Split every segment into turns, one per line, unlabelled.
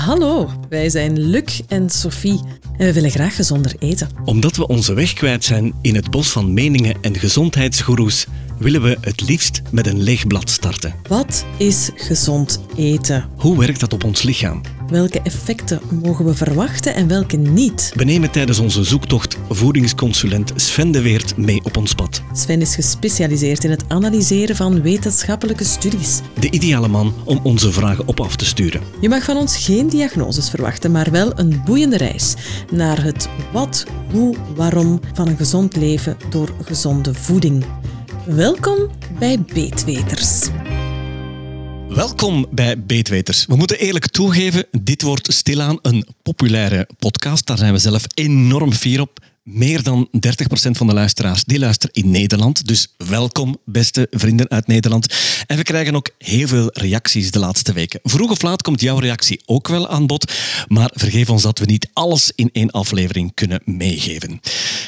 Hallo, wij zijn Luc en Sophie en we willen graag gezonder eten.
Omdat we onze weg kwijt zijn in het bos van meningen en gezondheidsgoeroes, willen we het liefst met een leeg blad starten.
Wat is gezond eten?
Hoe werkt dat op ons lichaam?
Welke effecten mogen we verwachten en welke niet?
We nemen tijdens onze zoektocht voedingsconsulent Sven de Weert mee op ons pad.
Sven is gespecialiseerd in het analyseren van wetenschappelijke studies.
De ideale man om onze vragen op af te sturen.
Je mag van ons geen diagnoses verwachten, maar wel een boeiende reis naar het wat, hoe, waarom van een gezond leven door gezonde voeding. Welkom bij Beetweters.
Welkom bij Beetweters. We moeten eerlijk toegeven, dit wordt stilaan een populaire podcast. Daar zijn we zelf enorm fier op. Meer dan 30% van de luisteraars die luisteren in Nederland. Dus welkom, beste vrienden uit Nederland. En we krijgen ook heel veel reacties de laatste weken. Vroeg of laat komt jouw reactie ook wel aan bod. Maar vergeef ons dat we niet alles in één aflevering kunnen meegeven.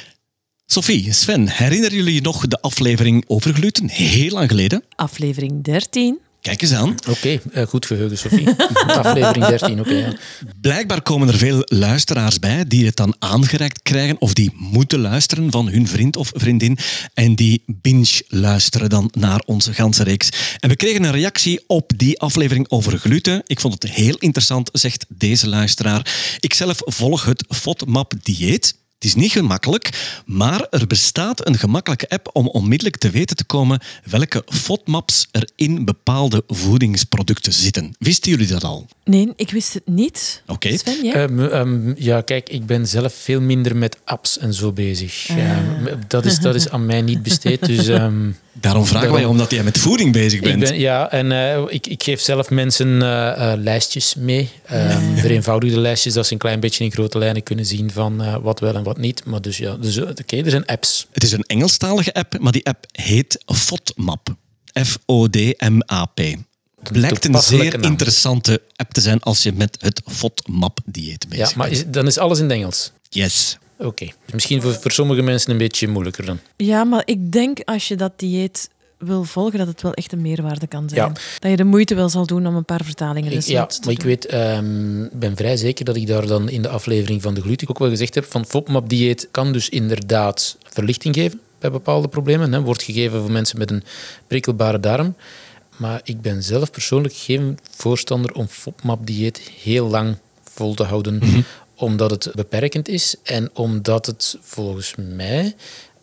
Sophie, Sven, herinneren jullie je nog de aflevering over gluten? Heel lang geleden.
Aflevering 13.
Kijk eens aan.
Oké, goed geheugen, Sophie. Aflevering 13, oké. Ja.
Blijkbaar komen er veel luisteraars bij die het dan aangereikt krijgen of die moeten luisteren van hun vriend of vriendin en die binge luisteren dan naar onze ganse reeks. En we kregen een reactie op die aflevering over gluten. Ik vond het heel interessant, zegt deze luisteraar. Ikzelf volg het FODMAP-dieet. Het is niet gemakkelijk, maar er bestaat een gemakkelijke app om onmiddellijk te weten te komen welke FODMAPs er in bepaalde voedingsproducten zitten. Wisten jullie dat al?
Nee, ik wist het niet.
Oké.
Sven, jij?
Ja, kijk, ik ben zelf veel minder met apps en zo bezig. Dat is aan mij niet besteed, dus...
Daarom vragen wij omdat jij met voeding bezig bent.
Ik geef zelf mensen lijstjes mee. Vereenvoudigde lijstjes, dat ze een klein beetje in grote lijnen kunnen zien van wat wel en wat niet. Maar dus er zijn apps.
Het is een Engelstalige app, maar die app heet FODMAP. FODMAP. Het blijkt een zeer interessante app te zijn als je met het FODMAP-dieet bezig bent.
Maar dan is alles in het Engels?
Yes.
Oké. Misschien voor sommige mensen een beetje moeilijker dan.
Ja, maar ik denk als je dat dieet wil volgen, dat het wel echt een meerwaarde kan zijn.
Ja.
Dat je de moeite wel zal doen om een paar vertalingen te doen.
Maar ik weet, ben vrij zeker dat ik daar dan in de aflevering van de gluten ook wel gezegd heb van FODMAP-dieet kan dus inderdaad verlichting geven bij bepaalde problemen. Hè. Wordt gegeven voor mensen met een prikkelbare darm. Maar ik ben zelf persoonlijk geen voorstander om FODMAP-dieet heel lang vol te houden. Mm-hmm. Omdat het beperkend is en omdat het volgens mij...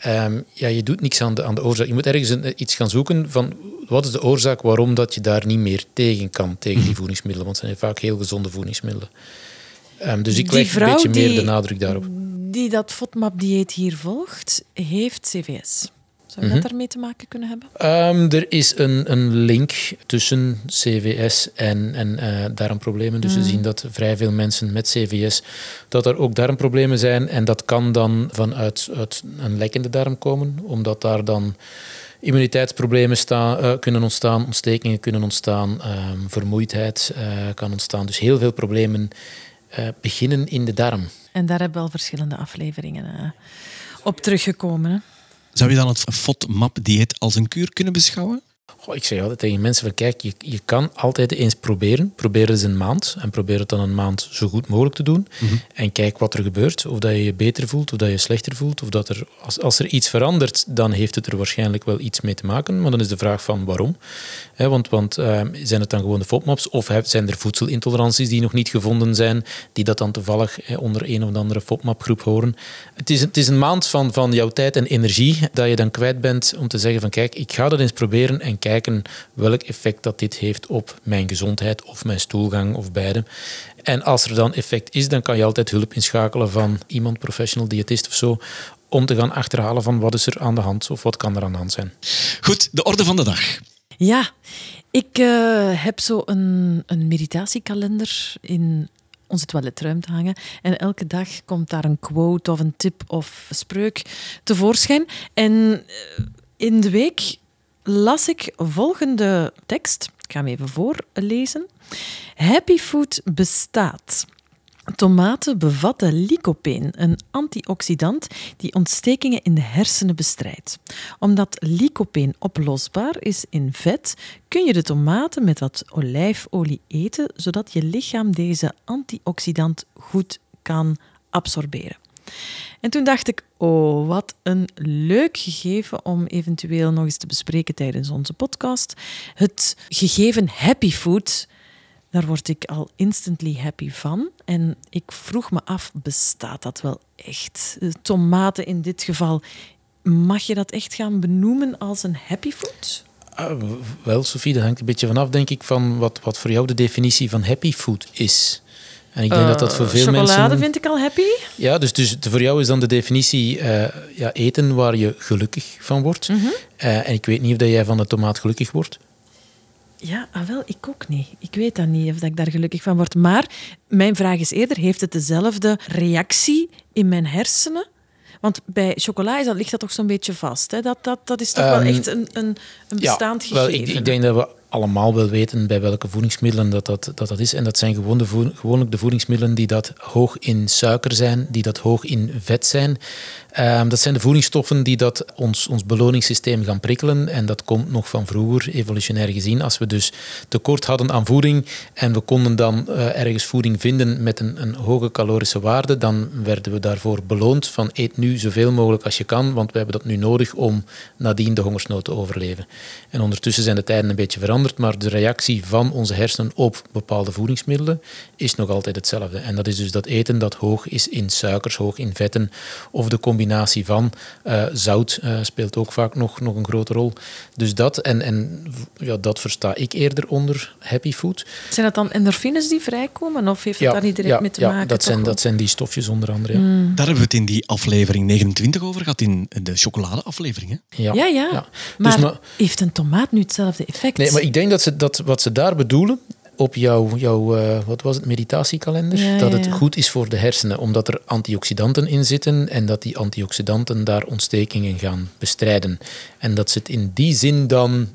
je doet niks aan de oorzaak. Je moet ergens iets gaan zoeken van wat is de oorzaak waarom dat je daar niet meer tegen kan, tegen die voedingsmiddelen. Want het zijn vaak heel gezonde voedingsmiddelen. Dus ik leg een beetje meer de nadruk daarop.
Die dat FODMAP-dieet hier volgt, heeft CVS. Zou dat daarmee te maken kunnen hebben?
Er is een link tussen CVS en darmproblemen. Dus we zien dat vrij veel mensen met CVS, dat er ook darmproblemen zijn. En dat kan dan vanuit een lekkende darm komen, omdat daar dan immuniteitsproblemen kunnen ontstaan, ontstekingen kunnen ontstaan, vermoeidheid kan ontstaan. Dus heel veel problemen beginnen in de darm.
En daar hebben we al verschillende afleveringen op teruggekomen, hè?
Zou je dan het FODMAP-dieet als een kuur kunnen beschouwen?
Ik zeg altijd tegen mensen van kijk, je kan altijd eens proberen. Probeer eens een maand en probeer het dan een maand zo goed mogelijk te doen. Mm-hmm. En kijk wat er gebeurt. Of dat je je beter voelt, of dat je je slechter voelt. Of dat als er iets verandert, dan heeft het er waarschijnlijk wel iets mee te maken. Maar dan is de vraag van waarom. Want zijn het dan gewoon de FODMAPs? Of zijn er voedselintoleranties die nog niet gevonden zijn, die dat dan toevallig onder een of andere FODMAP-groep horen? Het is een maand van jouw tijd en energie dat je dan kwijt bent om te zeggen van kijk, ik ga dat eens proberen en kijken welk effect dat dit heeft op mijn gezondheid of mijn stoelgang of beide. En als er dan effect is, dan kan je altijd hulp inschakelen van iemand, professional, diëtist of zo, om te gaan achterhalen van wat is er aan de hand of wat kan er aan de hand zijn.
Goed, de orde van de dag.
Ja, ik heb zo een meditatiekalender in onze toiletruimte hangen. En elke dag komt daar een quote of een tip of spreuk tevoorschijn. En in de week las ik volgende tekst. Ik ga hem even voorlezen. Happy food bestaat. Tomaten bevatten lycopene, een antioxidant die ontstekingen in de hersenen bestrijdt. Omdat lycopene oplosbaar is in vet, kun je de tomaten met wat olijfolie eten, zodat je lichaam deze antioxidant goed kan absorberen. En toen dacht ik, oh, wat een leuk gegeven om eventueel nog eens te bespreken tijdens onze podcast. Het gegeven happy food, daar word ik al instantly happy van. En ik vroeg me af, bestaat dat wel echt? Tomaten in dit geval, mag je dat echt gaan benoemen als een happy food?
Wel, Sophie, dat hangt een beetje vanaf, denk ik, van wat voor jou de definitie van happy food is. En ik denk dat voor veel
chocolade
mensen...
vind ik al happy.
Ja, dus voor jou is dan de definitie eten waar je gelukkig van wordt.
Mm-hmm.
En ik weet niet of jij van de tomaat gelukkig wordt.
Ja, wel, ik ook niet. Ik weet dat niet, of dat ik daar gelukkig van word. Maar mijn vraag is eerder, heeft het dezelfde reactie in mijn hersenen? Want bij chocola ligt dat toch zo'n beetje vast. Hè? Dat is toch wel echt een bestaand gegeven.
Wel, ik denk dat we allemaal wel weten bij welke voedingsmiddelen dat is. En dat zijn gewoonlijk de voedingsmiddelen die dat hoog in suiker zijn, die dat hoog in vet zijn. Dat zijn de voedingsstoffen die dat ons beloningssysteem gaan prikkelen. En dat komt nog van vroeger, evolutionair gezien. Als we dus tekort hadden aan voeding en we konden dan ergens voeding vinden met een hoge calorische waarde, dan werden we daarvoor beloond van eet nu zoveel mogelijk als je kan, want we hebben dat nu nodig om nadien de hongersnood te overleven. En ondertussen zijn de tijden een beetje veranderd, maar de reactie van onze hersenen op bepaalde voedingsmiddelen is nog altijd hetzelfde. En dat is dus dat eten dat hoog is in suikers, hoog in vetten, of de combinatie van zout speelt ook vaak nog een grote rol. Dus dat, en dat versta ik eerder onder happy food.
Zijn dat dan endorfines die vrijkomen, of heeft het daar niet direct mee te maken?
Dat zijn die stofjes onder andere. Ja.
Daar hebben we het in die aflevering 29 over gehad, in de chocoladeaflevering. Hè?
Ja. Maar heeft een tomaat nu hetzelfde effect?
Nee, maar ik denk dat wat ze daar bedoelen op jouw wat was het, meditatiekalender, dat het goed is voor de hersenen, omdat er antioxidanten in zitten en dat die antioxidanten daar ontstekingen gaan bestrijden. En dat ze het in die zin dan,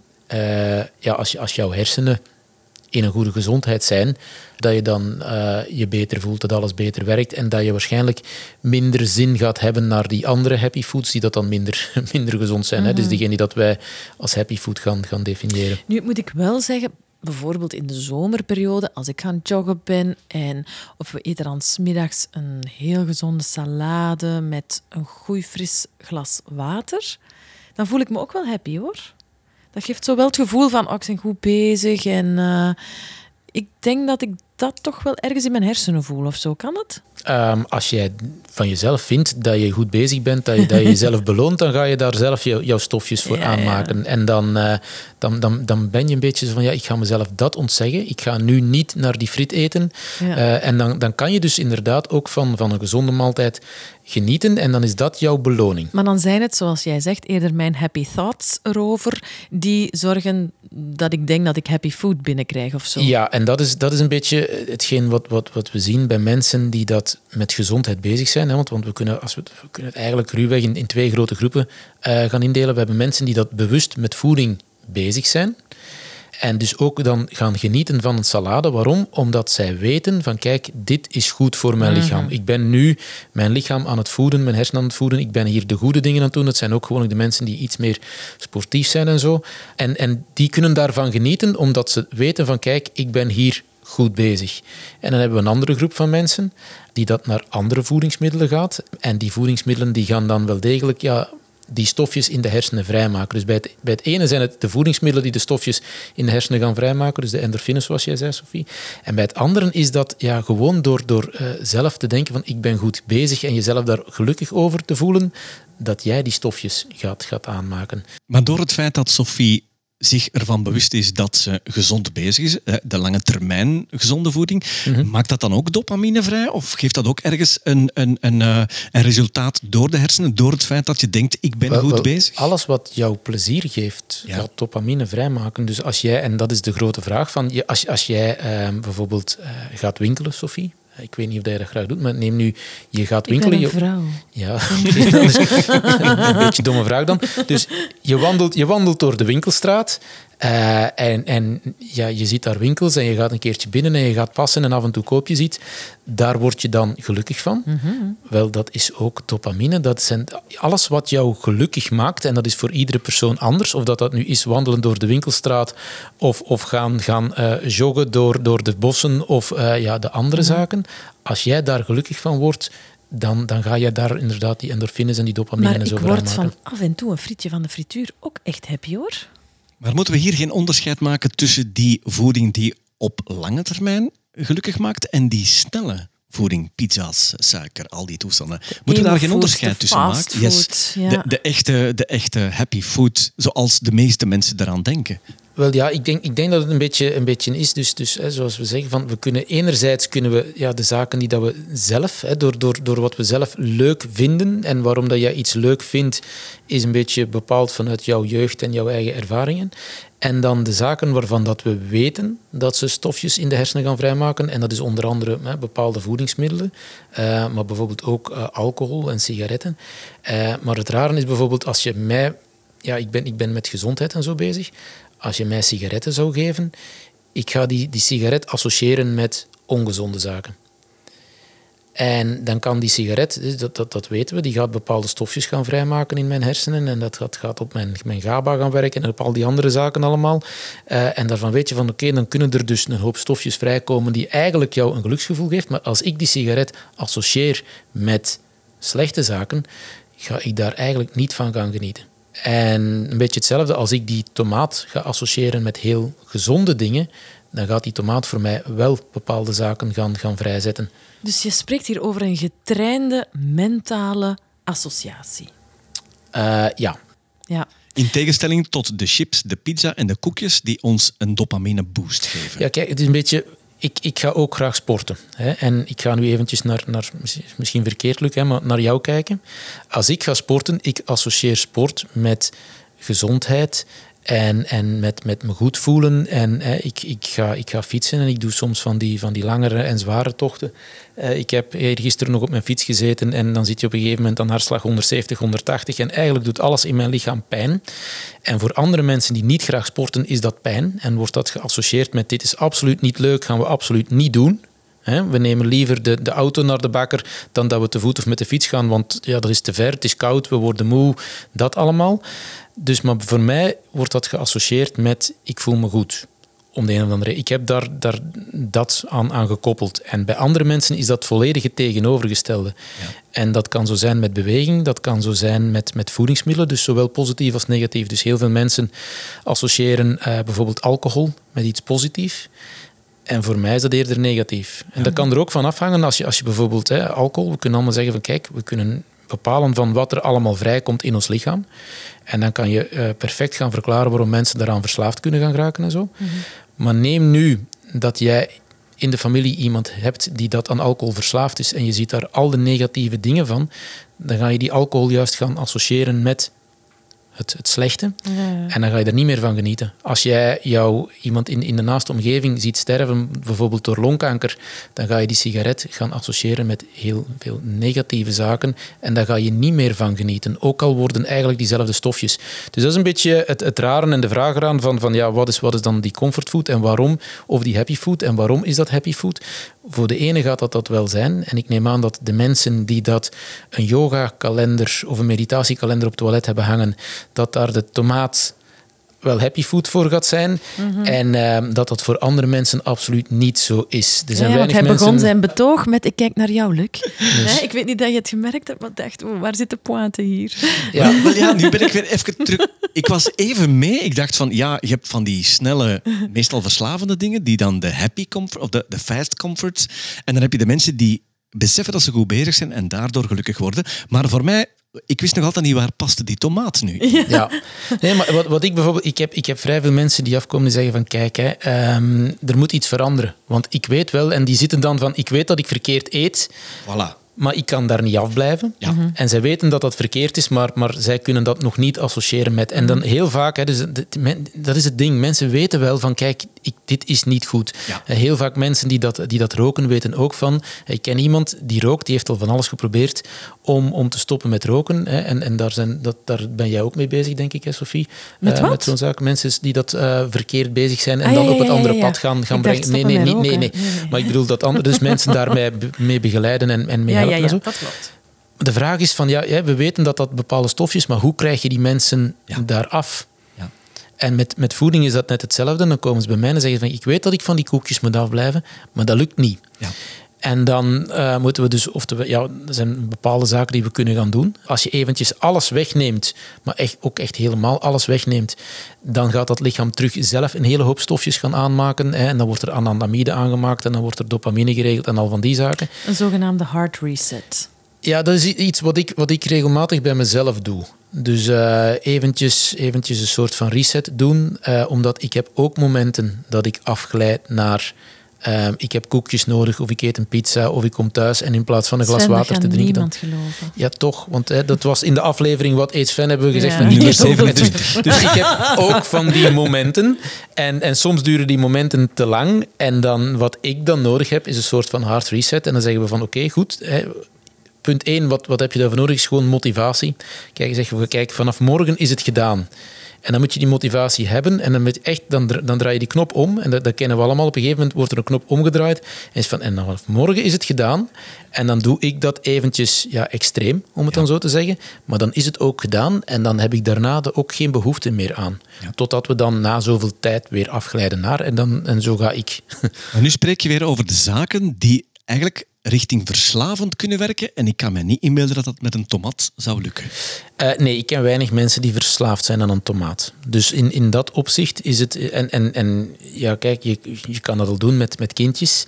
als jouw hersenen in een goede gezondheid zijn, dat je dan je beter voelt, dat alles beter werkt en dat je waarschijnlijk minder zin gaat hebben naar die andere happy foods die dat dan minder gezond zijn. Mm-hmm. Hè? Dus diegene die dat wij als happy food gaan definiëren.
Nu moet ik wel zeggen, bijvoorbeeld in de zomerperiode, als ik gaan joggen ben of we eten dan 's middags een heel gezonde salade met een goed fris glas water, dan voel ik me ook wel happy, hoor. Dat geeft zo wel het gevoel van, ik ben goed bezig en ik denk dat ik dat toch wel ergens in mijn hersenen voel of zo. Kan dat?
Als jij van jezelf vindt dat je goed bezig bent, dat je jezelf beloont, dan ga je daar zelf jouw stofjes voor aanmaken. Ja. En dan ben je een beetje zo van, ik ga mezelf dat ontzeggen. Ik ga nu niet naar die friet eten. Ja. En dan kan je dus inderdaad ook van een gezonde maaltijd genieten en dan is dat jouw beloning.
Maar dan zijn het, zoals jij zegt, eerder mijn happy thoughts erover die zorgen dat ik denk dat ik happy food binnenkrijg of zo.
Ja, en dat is een beetje hetgeen wat we zien bij mensen die dat met gezondheid bezig zijn. Hè? Want we kunnen het eigenlijk ruwweg in twee grote groepen gaan indelen. We hebben mensen die dat bewust met voeding bezig zijn. En dus ook dan gaan genieten van een salade. Waarom? Omdat zij weten van kijk, dit is goed voor mijn lichaam. Ik ben nu mijn lichaam aan het voeden, mijn hersenen aan het voeden. Ik ben hier de goede dingen aan het doen. Dat zijn ook gewoon de mensen die iets meer sportief zijn en zo. En die kunnen daarvan genieten omdat ze weten van kijk, ik ben hier goed bezig. En dan hebben we een andere groep van mensen die dat naar andere voedingsmiddelen gaat. En die voedingsmiddelen die gaan dan wel degelijk die stofjes in de hersenen vrijmaken. Dus bij het ene zijn het de voedingsmiddelen die de stofjes in de hersenen gaan vrijmaken, dus de endorfines, zoals jij zei, Sophie. En bij het andere is dat gewoon door zelf te denken van ik ben goed bezig en jezelf daar gelukkig over te voelen, dat jij die stofjes gaat aanmaken.
Maar door het feit dat Sophie zich ervan bewust is dat ze gezond bezig is, de lange termijn gezonde voeding, maakt dat dan ook dopamine vrij? Of geeft dat ook ergens een resultaat door de hersenen, door het feit dat je denkt, ik ben goed bezig?
Alles wat jou plezier geeft, gaat dopamine vrijmaken. Dus als jij, en dat is de grote vraag, van als jij bijvoorbeeld gaat winkelen, Sophie, ik weet niet of je dat graag doet, maar neem nu, je gaat winkelen.
Ik ben een vrouw.
Ja, dat is een beetje een domme vraag dan. Dus je wandelt door de winkelstraat En je ziet daar winkels en je gaat een keertje binnen en je gaat passen en af en toe koop je iets. Daar word je dan gelukkig van. Mm-hmm. Wel, dat is ook dopamine. Dat zijn alles wat jou gelukkig maakt. En dat is voor iedere persoon anders. Of dat nu is wandelen door de winkelstraat of gaan joggen door de bossen of de andere zaken. Als jij daar gelukkig van wordt, dan ga je daar inderdaad die endorfines en die dopamine en zo vrijmaken.
Maar ik word van af en toe een frietje van de frituur ook echt happy, hoor.
Maar moeten we hier geen onderscheid maken tussen die voeding die op lange termijn gelukkig maakt en die snelle voeding, pizza's, suiker, al die toestanden? Moeten we daar geen onderscheid tussen maken?
Yes. Ja.
De echte happy food, zoals de meeste mensen eraan denken.
Wel ja, ik denk dat het een beetje is. Dus zoals we zeggen, we kunnen enerzijds de zaken die dat we zelf, door wat we zelf leuk vinden, en waarom dat jij iets leuk vindt, is een beetje bepaald vanuit jouw jeugd en jouw eigen ervaringen. En dan de zaken waarvan dat we weten dat ze stofjes in de hersenen gaan vrijmaken. En dat is onder andere bepaalde voedingsmiddelen, maar bijvoorbeeld ook alcohol en sigaretten. Maar het rare is bijvoorbeeld als je mij... Ja, ik ben met gezondheid en zo bezig. Als je mij sigaretten zou geven, ik ga die sigaret associëren met ongezonde zaken. En dan kan die sigaret, dat weten we, die gaat bepaalde stofjes gaan vrijmaken in mijn hersenen. En dat gaat op mijn GABA gaan werken en op al die andere zaken allemaal. En daarvan weet je van, oké, dan kunnen er dus een hoop stofjes vrijkomen die eigenlijk jou een geluksgevoel geeft. Maar als ik die sigaret associeer met slechte zaken, ga ik daar eigenlijk niet van gaan genieten. En een beetje hetzelfde, als ik die tomaat ga associëren met heel gezonde dingen, dan gaat die tomaat voor mij wel bepaalde zaken gaan vrijzetten.
Dus je spreekt hier over een getrainde mentale associatie.
Ja.
In tegenstelling tot de chips, de pizza en de koekjes die ons een dopamine boost geven.
Ja, kijk, het is een beetje... Ik ga ook graag sporten. Hè? En ik ga nu eventjes naar misschien verkeerd, Luc, hè, maar naar jou kijken. Als ik ga sporten, ik associeer sport met gezondheid en met me goed voelen. En ik ga fietsen en ik doe soms van die langere en zware tochten. Ik heb gisteren nog op mijn fiets gezeten en dan zit je op een gegeven moment aan hartslag 170, 180 en eigenlijk doet alles in mijn lichaam pijn. En voor andere mensen die niet graag sporten is dat pijn en wordt dat geassocieerd met dit is absoluut niet leuk, gaan we absoluut niet doen. We nemen liever de auto naar de bakker dan dat we te voet of met de fiets gaan, want ja, dat is te ver, het is koud, we worden moe, dat allemaal. Dus, maar voor mij wordt dat geassocieerd met ik voel me goed. Om de een of andere reden. Ik heb daar dat aan gekoppeld. En bij andere mensen is dat volledig het tegenovergestelde. Ja. En dat kan zo zijn met beweging, dat kan zo zijn met voedingsmiddelen, dus zowel positief als negatief. Dus heel veel mensen associëren bijvoorbeeld alcohol met iets positiefs. En voor mij is dat eerder negatief. En dat kan er ook van afhangen als je bijvoorbeeld alcohol, we kunnen allemaal zeggen van kijk, we kunnen bepalen van wat er allemaal vrijkomt in ons lichaam. En dan kan je perfect gaan verklaren waarom mensen daaraan verslaafd kunnen gaan geraken en zo. Mm-hmm. Maar neem nu dat jij in de familie iemand hebt die dat aan alcohol verslaafd is en je ziet daar al de negatieve dingen van, dan ga je die alcohol juist gaan associëren met het slechte. Ja. En dan ga je er niet meer van genieten. Als jij iemand in de naaste omgeving ziet sterven, bijvoorbeeld door longkanker, dan ga je die sigaret gaan associëren met heel veel negatieve zaken en daar ga je niet meer van genieten. Ook al worden eigenlijk diezelfde stofjes. Dus dat is een beetje het rare en de vraag eraan van ja, wat is dan die comfortfood en waarom? Of die happy food en waarom is dat happy food? Voor de ene gaat dat wel zijn. En ik neem aan dat de mensen die dat een yoga-kalender of een meditatiekalender op het toilet hebben hangen, dat daar de tomaat wel happy food voor gaat zijn. Mm-hmm. En dat voor andere mensen absoluut niet zo is. Er zijn
want hij
mensen...
begon zijn betoog met ik kijk naar jou, Luc. Dus... ik weet niet dat je het gemerkt hebt, maar ik dacht, waar zit de pointe hier?
Ja, nu ben ik weer even terug. Ik was even mee. Ik dacht van, ja, je hebt van die snelle, meestal verslavende dingen, die dan de happy comfort, of de fast comforts. En dan heb je de mensen die beseffen dat ze goed bezig zijn en daardoor gelukkig worden. Maar voor mij, ik wist nog altijd niet waar paste die tomaat nu.
Ja. Nee, maar wat ik bijvoorbeeld... Ik heb vrij veel mensen die afkomen en zeggen van kijk, er moet iets veranderen. Want ik weet wel, en die zitten dan van ik weet dat ik verkeerd eet.
Voilà.
maar ik kan daar niet afblijven.
Ja.
En zij weten dat dat verkeerd is, maar zij kunnen dat nog niet associëren met. En dan heel vaak, hè, dus dat is het ding, mensen weten wel van kijk, dit is niet goed.
Ja.
Heel vaak mensen die dat roken weten ook van, ik ken iemand die rookt, die heeft al van alles geprobeerd om te stoppen met roken. Hè, en daar ben jij ook mee bezig, denk ik, hè, Sophie?
Met wat?
Met zo'n zaak. Mensen die dat verkeerd bezig zijn en dan op het andere pad gaan brengen. Nee. Maar ik bedoel dat andere, dus mensen daarmee mee begeleiden en mee helpen.
Ja,
en zo.
dat klopt.
De vraag is van, we weten dat bepaalde stofjes, maar hoe krijg je die mensen daar af?
Ja.
En met voeding is dat net hetzelfde. Dan komen ze bij mij en zeggen van, ik weet dat ik van die koekjes moet afblijven, maar dat lukt niet.
Ja.
En dan moeten we dus, er zijn bepaalde zaken die we kunnen gaan doen. Als je eventjes alles wegneemt, maar ook echt helemaal alles wegneemt, dan gaat dat lichaam terug zelf een hele hoop stofjes gaan aanmaken. Hè, en dan wordt er anandamide aangemaakt en dan wordt er dopamine geregeld en al van die zaken.
Een zogenaamde heart reset.
Ja, dat is iets wat ik regelmatig bij mezelf doe. Dus eventjes een soort van reset doen, omdat ik heb ook momenten dat ik afglijd naar... ik heb koekjes nodig, of ik eet een pizza, of ik kom thuis en in plaats van een glas water te drinken...
niemand geloven.
Ja, toch. Want dat was in de aflevering wat Eet Sven hebben we gezegd.
Ja.
Van,
Nummer 27.
dus ik heb ook van die momenten. En soms duren die momenten te lang. En dan, wat ik dan nodig heb, is een soort van hard reset. En dan zeggen we van, oké, goed... Punt 1, wat heb je daarvoor nodig? Is gewoon motivatie. Kijk, vanaf morgen is het gedaan. En dan moet je die motivatie hebben. En dan draai je die knop om. En dat kennen we allemaal. Op een gegeven moment wordt er een knop omgedraaid. En dan vanaf morgen is het gedaan. En dan doe ik dat eventjes extreem, om het dan zo te zeggen. Maar dan is het ook gedaan. En dan heb ik daarna ook geen behoefte meer aan. Ja. Totdat we dan na zoveel tijd weer afglijden naar. En zo ga ik.
Maar nu spreek je weer over de zaken die eigenlijk richting verslavend kunnen werken. En ik kan me niet inbeelden dat dat met een tomaat zou lukken.
Nee, ik ken weinig mensen die verslaafd zijn aan een tomaat. Dus in dat opzicht is het... En kijk, je kan dat al doen met kindjes.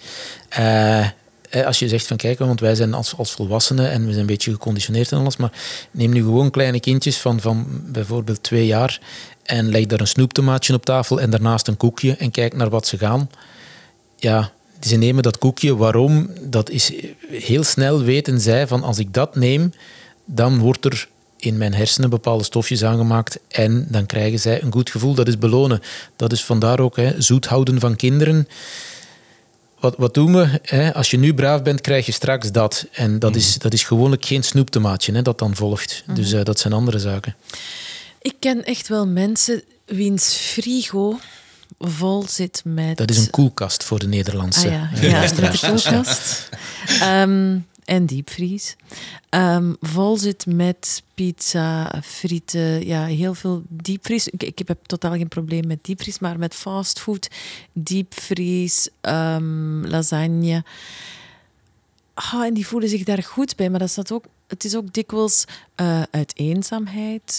Als je zegt van kijk, want wij zijn als volwassenen en we zijn een beetje geconditioneerd en alles, maar neem nu gewoon kleine kindjes van bijvoorbeeld 2 jaar en leg daar een snoeptomaatje op tafel en daarnaast een koekje en kijk naar wat ze gaan. Ja... Ze nemen dat koekje. Waarom? Dat is heel snel weten zij van als ik dat neem, dan wordt er in mijn hersenen bepaalde stofjes aangemaakt en dan krijgen zij een goed gevoel. Dat is belonen. Dat is vandaar ook zoet houden van kinderen. Wat doen we? Als je nu braaf bent, krijg je straks dat. En dat is gewoonlijk geen snoeptomaatje dat dan volgt. Dus dat zijn andere zaken.
Ik ken echt wel mensen wiens frigo vol zit met...
Dat is een koelkast voor de Nederlandse.
Ja, met de koelkast. En diepvries. Vol zit met pizza, frieten, heel veel diepvries. Ik heb totaal geen probleem met diepvries, maar met fastfood, diepvries, lasagne. En die voelen zich daar goed bij, maar het is ook dikwijls uit eenzaamheid.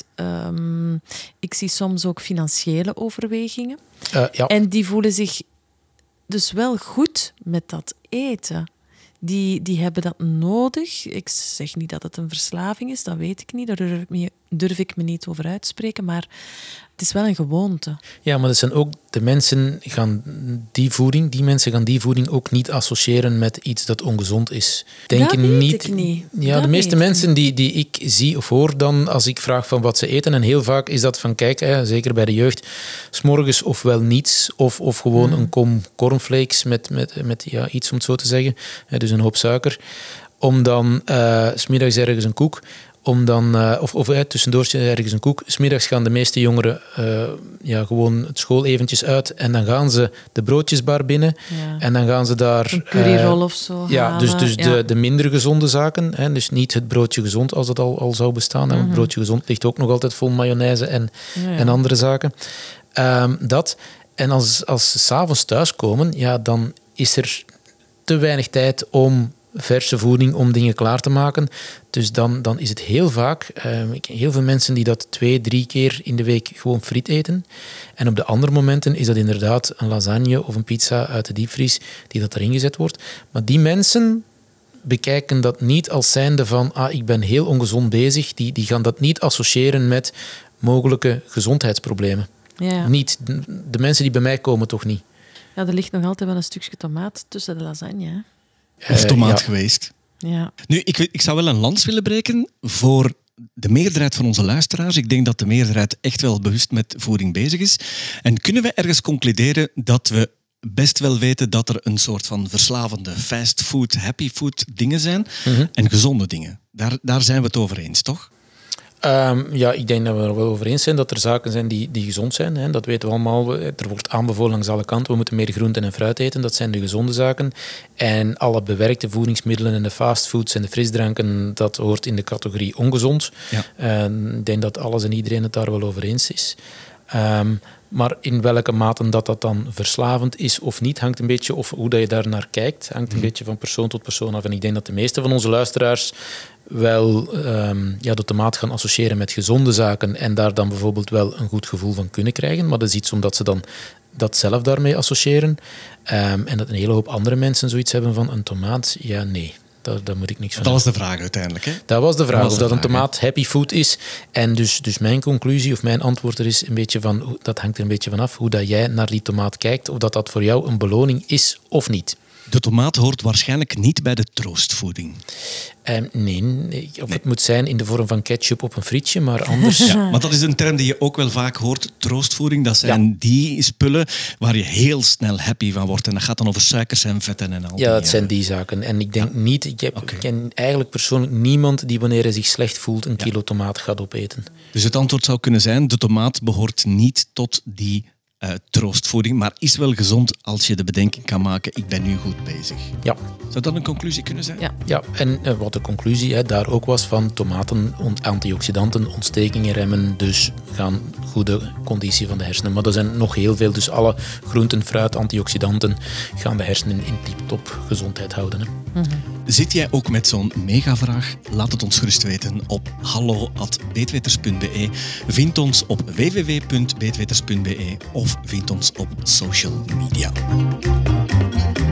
Ik zie soms ook financiële overwegingen.
Ja.
En die voelen zich dus wel goed met dat eten. Die hebben dat nodig. Ik zeg niet dat het een verslaving is, dat weet ik niet. Daar durf ik me niet over uitspreken, maar het is wel een gewoonte.
Ja, maar dat zijn ook de mensen gaan die voeding ook niet associëren met iets dat ongezond is.
Dat weet ik niet.
Ja, de meeste mensen die ik zie of hoor dan als ik vraag van wat ze eten, en heel vaak is dat van kijk, zeker bij de jeugd, 's morgens ofwel niets of gewoon een kom cornflakes met iets om het zo te zeggen, dus een hoop suiker, om dan 's middags ergens een koek. Om dan, tussendoor ergens een koek. 's Middags gaan de meeste jongeren gewoon het school eventjes uit en dan gaan ze de broodjesbar binnen en dan gaan ze daar...
Een curryrol of zo halen.
Dus de minder gezonde zaken. Hè, dus niet het broodje gezond als dat al zou bestaan. Want het broodje gezond ligt ook nog altijd vol mayonaise en andere zaken. Dat. En als ze 's avonds thuiskomen, dan is er te weinig tijd om verse voeding, om dingen klaar te maken. Dus dan is het heel vaak... ik ken heel veel mensen die dat 2-3 keer in de week gewoon friet eten. En op de andere momenten is dat inderdaad een lasagne of een pizza uit de diepvries die dat erin gezet wordt. Maar die mensen bekijken dat niet als zijnde van ik ben heel ongezond bezig. Die gaan dat niet associëren met mogelijke gezondheidsproblemen.
Ja.
Niet. De mensen die bij mij komen toch niet.
Ja, er ligt nog altijd wel een stukje tomaat tussen de lasagne. Hè?
Of tomaat geweest.
Ja.
Nu, ik zou wel een lans willen breken voor de meerderheid van onze luisteraars. Ik denk dat de meerderheid echt wel bewust met voeding bezig is. En kunnen we ergens concluderen dat we best wel weten dat er een soort van verslavende fast food, happy food dingen zijn en gezonde dingen? Daar zijn we het over eens, toch?
Ja, ik denk dat we er wel over eens zijn dat er zaken zijn die gezond zijn. Hè. Dat weten we allemaal. Er wordt aanbevolen langs alle kanten. We moeten meer groenten en fruit eten. Dat zijn de gezonde zaken. En alle bewerkte voedingsmiddelen en de fastfoods en de frisdranken, dat hoort in de categorie ongezond. Ja. Ik denk dat alles en iedereen het daar wel over eens is. Maar in welke mate dat dan verslavend is of niet, hangt een beetje, of hoe dat je daar naar kijkt, hangt een beetje van persoon tot persoon af. En ik denk dat de meeste van onze luisteraars wel de tomaat gaan associëren met gezonde zaken en daar dan bijvoorbeeld wel een goed gevoel van kunnen krijgen. Maar dat is iets omdat ze dan dat zelf daarmee associëren. En dat een hele hoop andere mensen zoiets hebben van een tomaat, ja, nee. Daar moet ik niks van
Dat was de vraag uiteindelijk, hè?
Dat was de vraag, of dat een tomaat happy food is. En dus mijn conclusie of mijn antwoord er is een beetje van, dat hangt er een beetje vanaf hoe dat jij naar die tomaat kijkt, of dat voor jou een beloning is of niet.
De tomaat hoort waarschijnlijk niet bij de troostvoeding.
Nee, of het moet zijn in de vorm van ketchup op een frietje, maar anders...
Ja, maar dat is een term die je ook wel vaak hoort, troostvoeding. Dat zijn die spullen waar je heel snel happy van wordt. En dat gaat dan over suikers en vetten en al die...
Ja, dat zijn die zaken. En ik denk niet... Ik ken eigenlijk persoonlijk niemand die wanneer hij zich slecht voelt een kilo tomaat gaat opeten.
Dus het antwoord zou kunnen zijn, de tomaat behoort niet tot die troostvoeding, maar is wel gezond als je de bedenking kan maken, ik ben nu goed bezig.
Ja.
Zou dat een conclusie kunnen zijn?
Ja, en wat de conclusie daar ook was van tomaten, antioxidanten, ontstekingen remmen, dus gaan goede conditie van de hersenen. Maar er zijn nog heel veel, dus alle groenten, fruit, antioxidanten gaan de hersenen in tip-top gezondheid houden. Hè.
Zit jij ook met zo'n megavraag? Laat het ons gerust weten op hallo@beetweters.be. Vind ons op www.beetweters.be of vind ons op social media.